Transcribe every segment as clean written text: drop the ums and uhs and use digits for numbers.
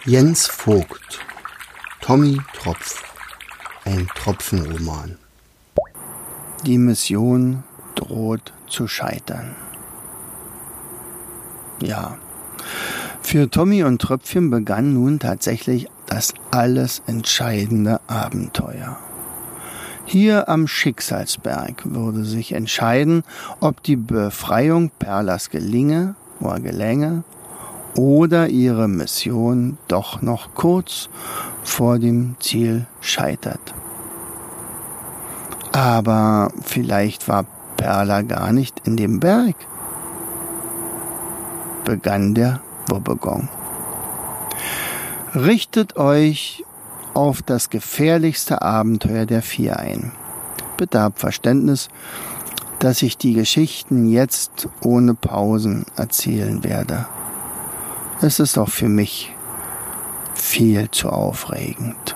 Jens Vogt, Tommy Tropf, ein Tropfenroman. Die Mission droht zu scheitern. Ja, für Tommy und Tröpfchen begann nun tatsächlich das alles entscheidende Abenteuer. Hier am Schicksalsberg würde sich entscheiden, ob die Befreiung Perlas gelänge oder ihre Mission doch noch kurz vor dem Ziel scheitert. Aber vielleicht war Perla gar nicht in dem Berg. Begann der Wobbegong. Richtet euch auf das gefährlichste Abenteuer der 4 ein. Bitte habt Verständnis, dass ich die Geschichten jetzt ohne Pausen erzählen werde. Es ist auch für mich viel zu aufregend.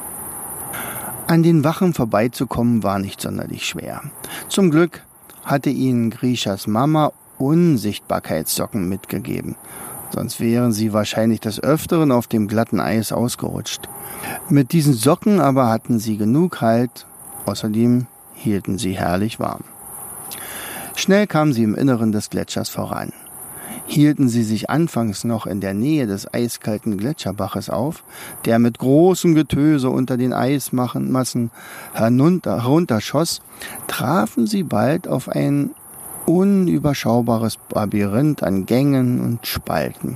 An den Wachen vorbeizukommen war nicht sonderlich schwer. Zum Glück hatte ihnen Grishas Mama Unsichtbarkeitssocken mitgegeben. Sonst wären sie wahrscheinlich des Öfteren auf dem glatten Eis ausgerutscht. Mit diesen Socken aber hatten sie genug Halt, außerdem hielten sie herrlich warm. Schnell kamen sie im Inneren des Gletschers voran. Hielten sie sich anfangs noch in der Nähe des eiskalten Gletscherbaches auf, der mit großem Getöse unter den Eismassen herunterschoss, trafen sie bald auf ein unüberschaubares Labyrinth an Gängen und Spalten.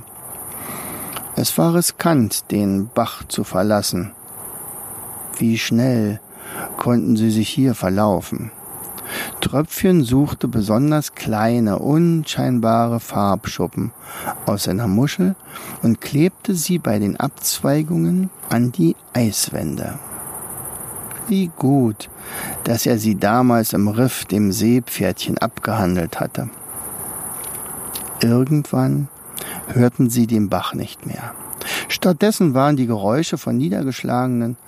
Es war riskant, den Bach zu verlassen. Wie schnell konnten sie sich hier verlaufen? Tröpfchen suchte besonders kleine, unscheinbare Farbschuppen aus seiner Muschel und klebte sie bei den Abzweigungen an die Eiswände. Wie gut, dass er sie damals im Riff dem Seepferdchen abgehandelt hatte. Irgendwann hörten sie den Bach nicht mehr. Stattdessen waren die Geräusche von niederschlagenden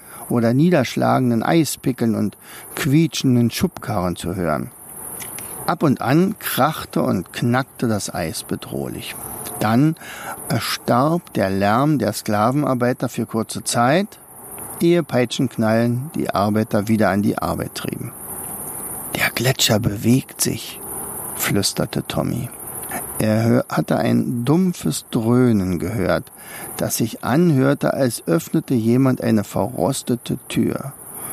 Eispickeln und quietschenden Schubkarren zu hören. Ab und an krachte und knackte das Eis bedrohlich. Dann erstarb der Lärm der Sklavenarbeiter für kurze Zeit, ehe Peitschenknallen die Arbeiter wieder an die Arbeit trieben. »Der Gletscher bewegt sich«, flüsterte Tommy. Er hatte ein dumpfes Dröhnen gehört, das sich anhörte, als öffnete jemand eine verrostete Tür.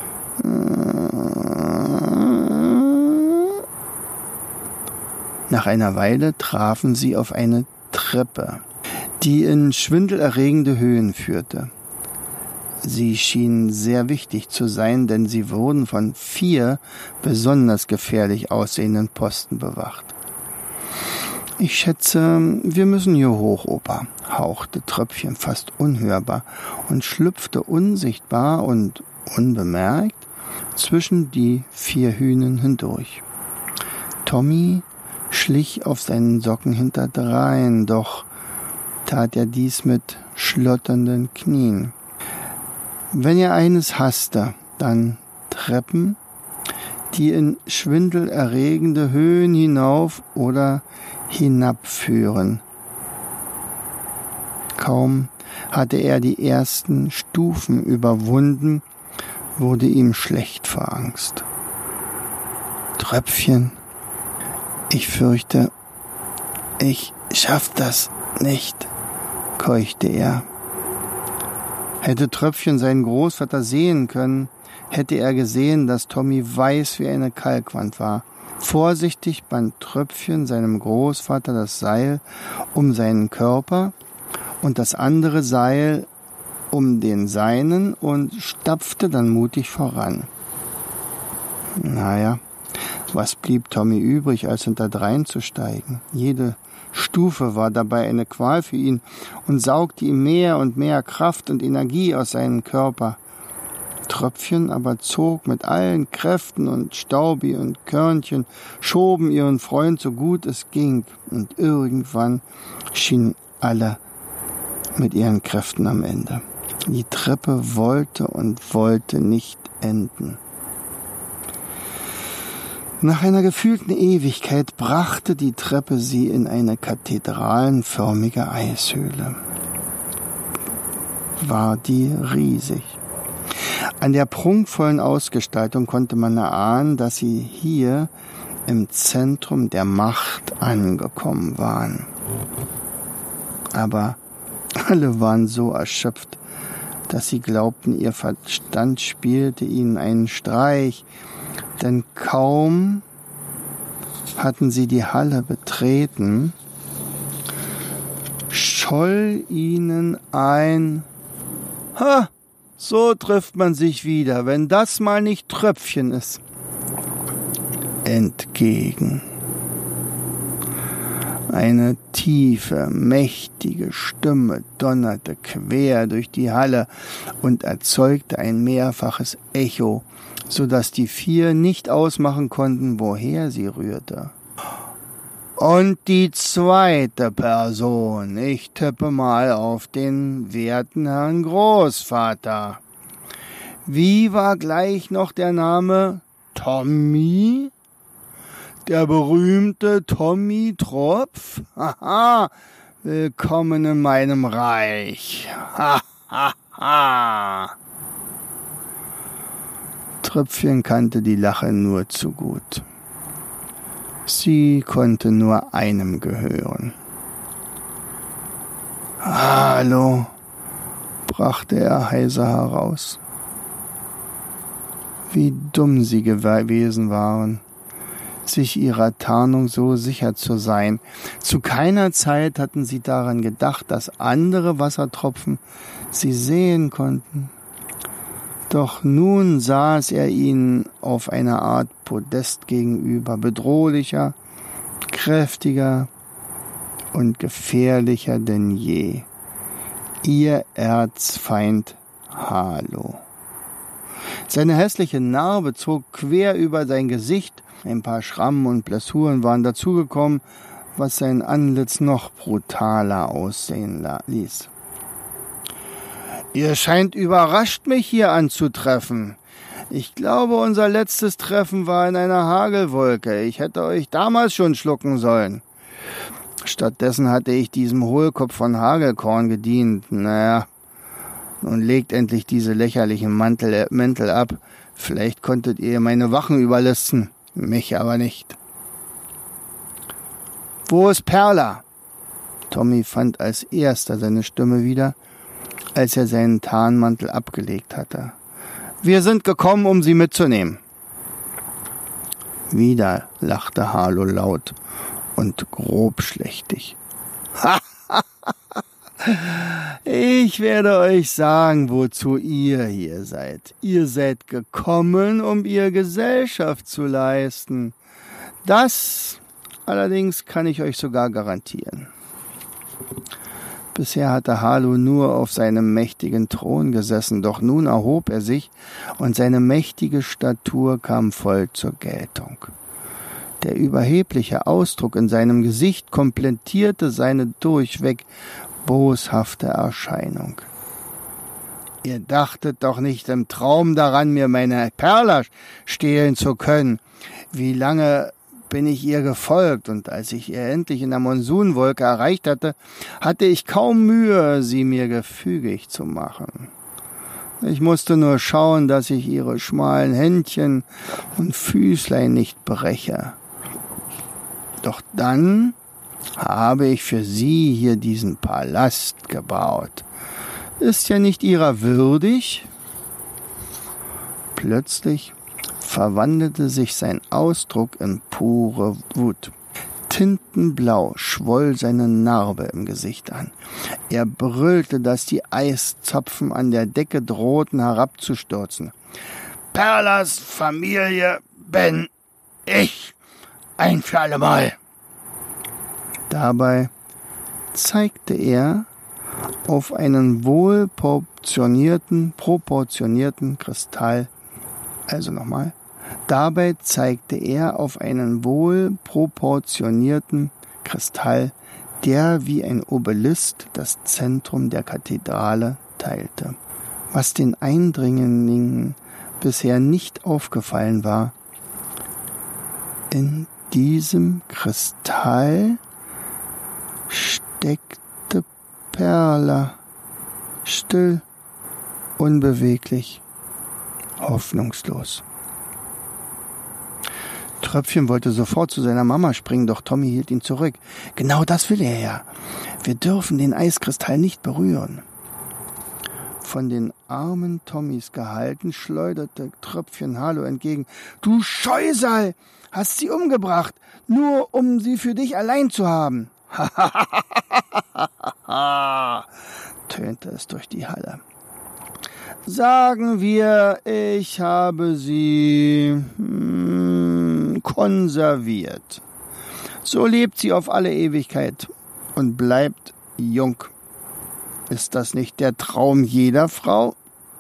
Nach einer Weile trafen sie auf eine Treppe, die in schwindelerregende Höhen führte. Sie schienen sehr wichtig zu sein, denn sie wurden von 4 besonders gefährlich aussehenden Posten bewacht. »Ich schätze, wir müssen hier hoch, Opa«, hauchte Tröpfchen fast unhörbar und schlüpfte unsichtbar und unbemerkt zwischen die 4 Hünen hindurch. Tommy schlich auf seinen Socken hinterdrein, doch tat er dies mit schlotternden Knien. Wenn er eines hasste, dann Treppen, die in schwindelerregende Höhen hinauf oder hinabführen. Kaum hatte er die ersten Stufen überwunden, wurde ihm schlecht vor Angst. »Tröpfchen, ich fürchte, ich schaff das nicht«, keuchte er. Hätte Tröpfchen seinen Großvater sehen können, hätte er gesehen, dass Tommy weiß wie eine Kalkwand war. Vorsichtig band Tröpfchen seinem Großvater das Seil um seinen Körper und das andere Seil um den seinen und stapfte dann mutig voran. Naja, was blieb Tommy übrig, als hinterdrein zu steigen? Jede Stufe war dabei eine Qual für ihn und saugte ihm mehr und mehr Kraft und Energie aus seinem Körper. Tröpfchen aber zog mit allen Kräften und Staubi und Körnchen schoben ihren Freund so gut es ging und irgendwann schienen alle mit ihren Kräften am Ende. Die Treppe wollte und wollte nicht enden. Nach einer gefühlten Ewigkeit brachte die Treppe sie in eine kathedralenförmige Eishöhle. war die riesig. An der prunkvollen Ausgestaltung konnte man erahnen, dass sie hier im Zentrum der Macht angekommen waren. Aber alle waren so erschöpft, dass sie glaubten, ihr Verstand spielte ihnen einen Streich, denn kaum hatten sie die Halle betreten, scholl ihnen ein »Ha, so trifft man sich wieder, wenn das mal nicht Tröpfchen ist« entgegen. Eine tiefe, mächtige Stimme donnerte quer durch die Halle und erzeugte ein mehrfaches Echo, so dass die 4 nicht ausmachen konnten, woher sie rührte. Und die zweite Person, ich tippe mal auf den werten Herrn Großvater. Wie war gleich noch der Name? Tommy? Der berühmte Tommy Tropf? Haha, willkommen in meinem Reich. Hahaha. Tröpfchen kannte die Lache nur zu gut. Sie konnte nur einem gehören. »Hallo«, brachte er heiser heraus. Wie dumm sie gewesen waren, sich ihrer Tarnung so sicher zu sein. Zu keiner Zeit hatten sie daran gedacht, dass andere Wassertropfen sie sehen konnten. Doch nun saß er ihnen auf einer Art Podest gegenüber, bedrohlicher, kräftiger und gefährlicher denn je. Ihr Erzfeind Halo. Seine hässliche Narbe zog quer über sein Gesicht, ein paar Schrammen und Blessuren waren dazugekommen, was sein Antlitz noch brutaler aussehen ließ. »Ihr scheint überrascht, mich hier anzutreffen. Ich glaube, unser letztes Treffen war in einer Hagelwolke. Ich hätte euch damals schon schlucken sollen. Stattdessen hatte ich diesem Hohlkopf von Hagelkorn gedient. Naja, nun legt endlich diese lächerlichen Mäntel ab. Vielleicht konntet ihr meine Wachen überlisten, mich aber nicht.« »Wo ist Perla?« Tommy fand als erster seine Stimme wieder, als er seinen Tarnmantel abgelegt hatte. »Wir sind gekommen, um sie mitzunehmen.« Wieder lachte Halo laut und grobschlächtig. »Ich werde euch sagen, wozu ihr hier seid. Ihr seid gekommen, um ihr Gesellschaft zu leisten. Das allerdings kann ich euch sogar garantieren.« Bisher hatte Halo nur auf seinem mächtigen Thron gesessen, doch nun erhob er sich und seine mächtige Statur kam voll zur Geltung. Der überhebliche Ausdruck in seinem Gesicht komplettierte seine durchweg boshafte Erscheinung. »Ihr dachtet doch nicht im Traum daran, mir meine Perla stehlen zu können. Wie lange bin ich ihr gefolgt, und als ich ihr endlich in der Monsunwolke erreicht hatte, hatte ich kaum Mühe, sie mir gefügig zu machen. Ich musste nur schauen, dass ich ihre schmalen Händchen und Füßlein nicht breche. Doch dann habe ich für sie hier diesen Palast gebaut. Ist ja nicht ihrer würdig?« Plötzlich verwandelte sich sein Ausdruck in pure Wut. Tintenblau schwoll seine Narbe im Gesicht an. Er brüllte, dass die Eiszapfen an der Decke drohten herabzustürzen. »Perlas Familie bin ich, ein für allemal!« Dabei zeigte er auf einen proportionierten Kristall. Dabei zeigte er auf einen wohlproportionierten Kristall, der wie ein Obelisk das Zentrum der Kathedrale teilte. Was den Eindringlingen bisher nicht aufgefallen war: In diesem Kristall steckte Perla. Still, unbeweglich, hoffnungslos. Tröpfchen wollte sofort zu seiner Mama springen, doch Tommy hielt ihn zurück. Genau das will er ja. Wir dürfen den Eiskristall nicht berühren. Von den Armen Tommys gehalten, schleuderte Tröpfchen Harlow entgegen. Du Scheusal, hast sie umgebracht, nur um sie für dich allein zu haben. Tönte es durch die Halle. Sagen wir, ich habe sie konserviert. So lebt sie auf alle Ewigkeit und bleibt jung. Ist das nicht der Traum jeder Frau?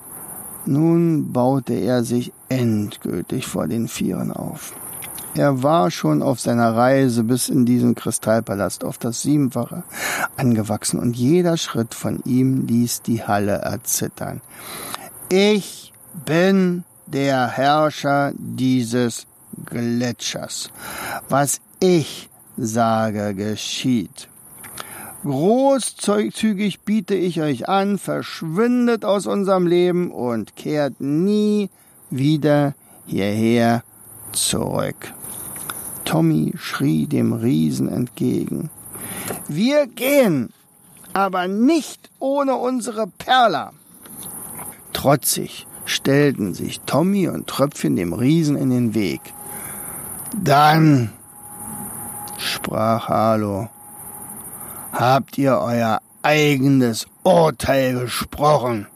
Nun baute er sich endgültig vor den Vieren auf. Er war schon auf seiner Reise bis in diesen Kristallpalast auf das 7-fache angewachsen und jeder Schritt von ihm ließ die Halle erzittern. Ich bin der Herrscher dieses Gletschers. Was ich sage, geschieht. Großzügig biete ich euch an, verschwindet aus unserem Leben und kehrt nie wieder hierher zurück. Tommy schrie dem Riesen entgegen. Wir gehen, aber nicht ohne unsere Perla. Trotzig stellten sich Tommy und Tröpfchen dem Riesen in den Weg. Dann, sprach Harlow, habt ihr euer eigenes Urteil gesprochen.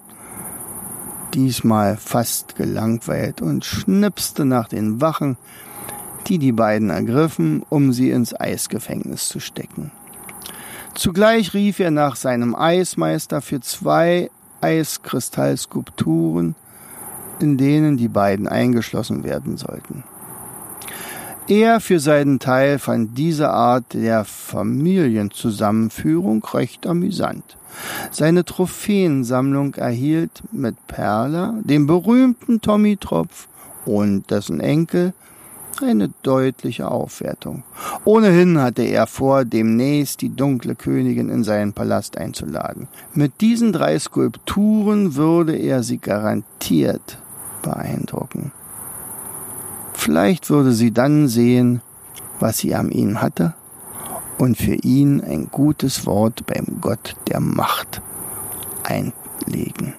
Diesmal fast gelangweilt und schnipste nach den Wachen, die beiden ergriffen, um sie ins Eisgefängnis zu stecken. Zugleich rief er nach seinem Eismeister für 2 Eiskristallskulpturen, in denen die beiden eingeschlossen werden sollten. Er für seinen Teil fand diese Art der Familienzusammenführung recht amüsant. Seine Trophäensammlung erhielt mit Perla, dem berühmten Tommy Tropf und dessen Enkel eine deutliche Aufwertung. Ohnehin hatte er vor, demnächst die dunkle Königin in seinen Palast einzuladen. Mit diesen 3 Skulpturen würde er sie garantiert beeindrucken. Vielleicht würde sie dann sehen, was sie an ihm hatte und für ihn ein gutes Wort beim Gott der Macht einlegen.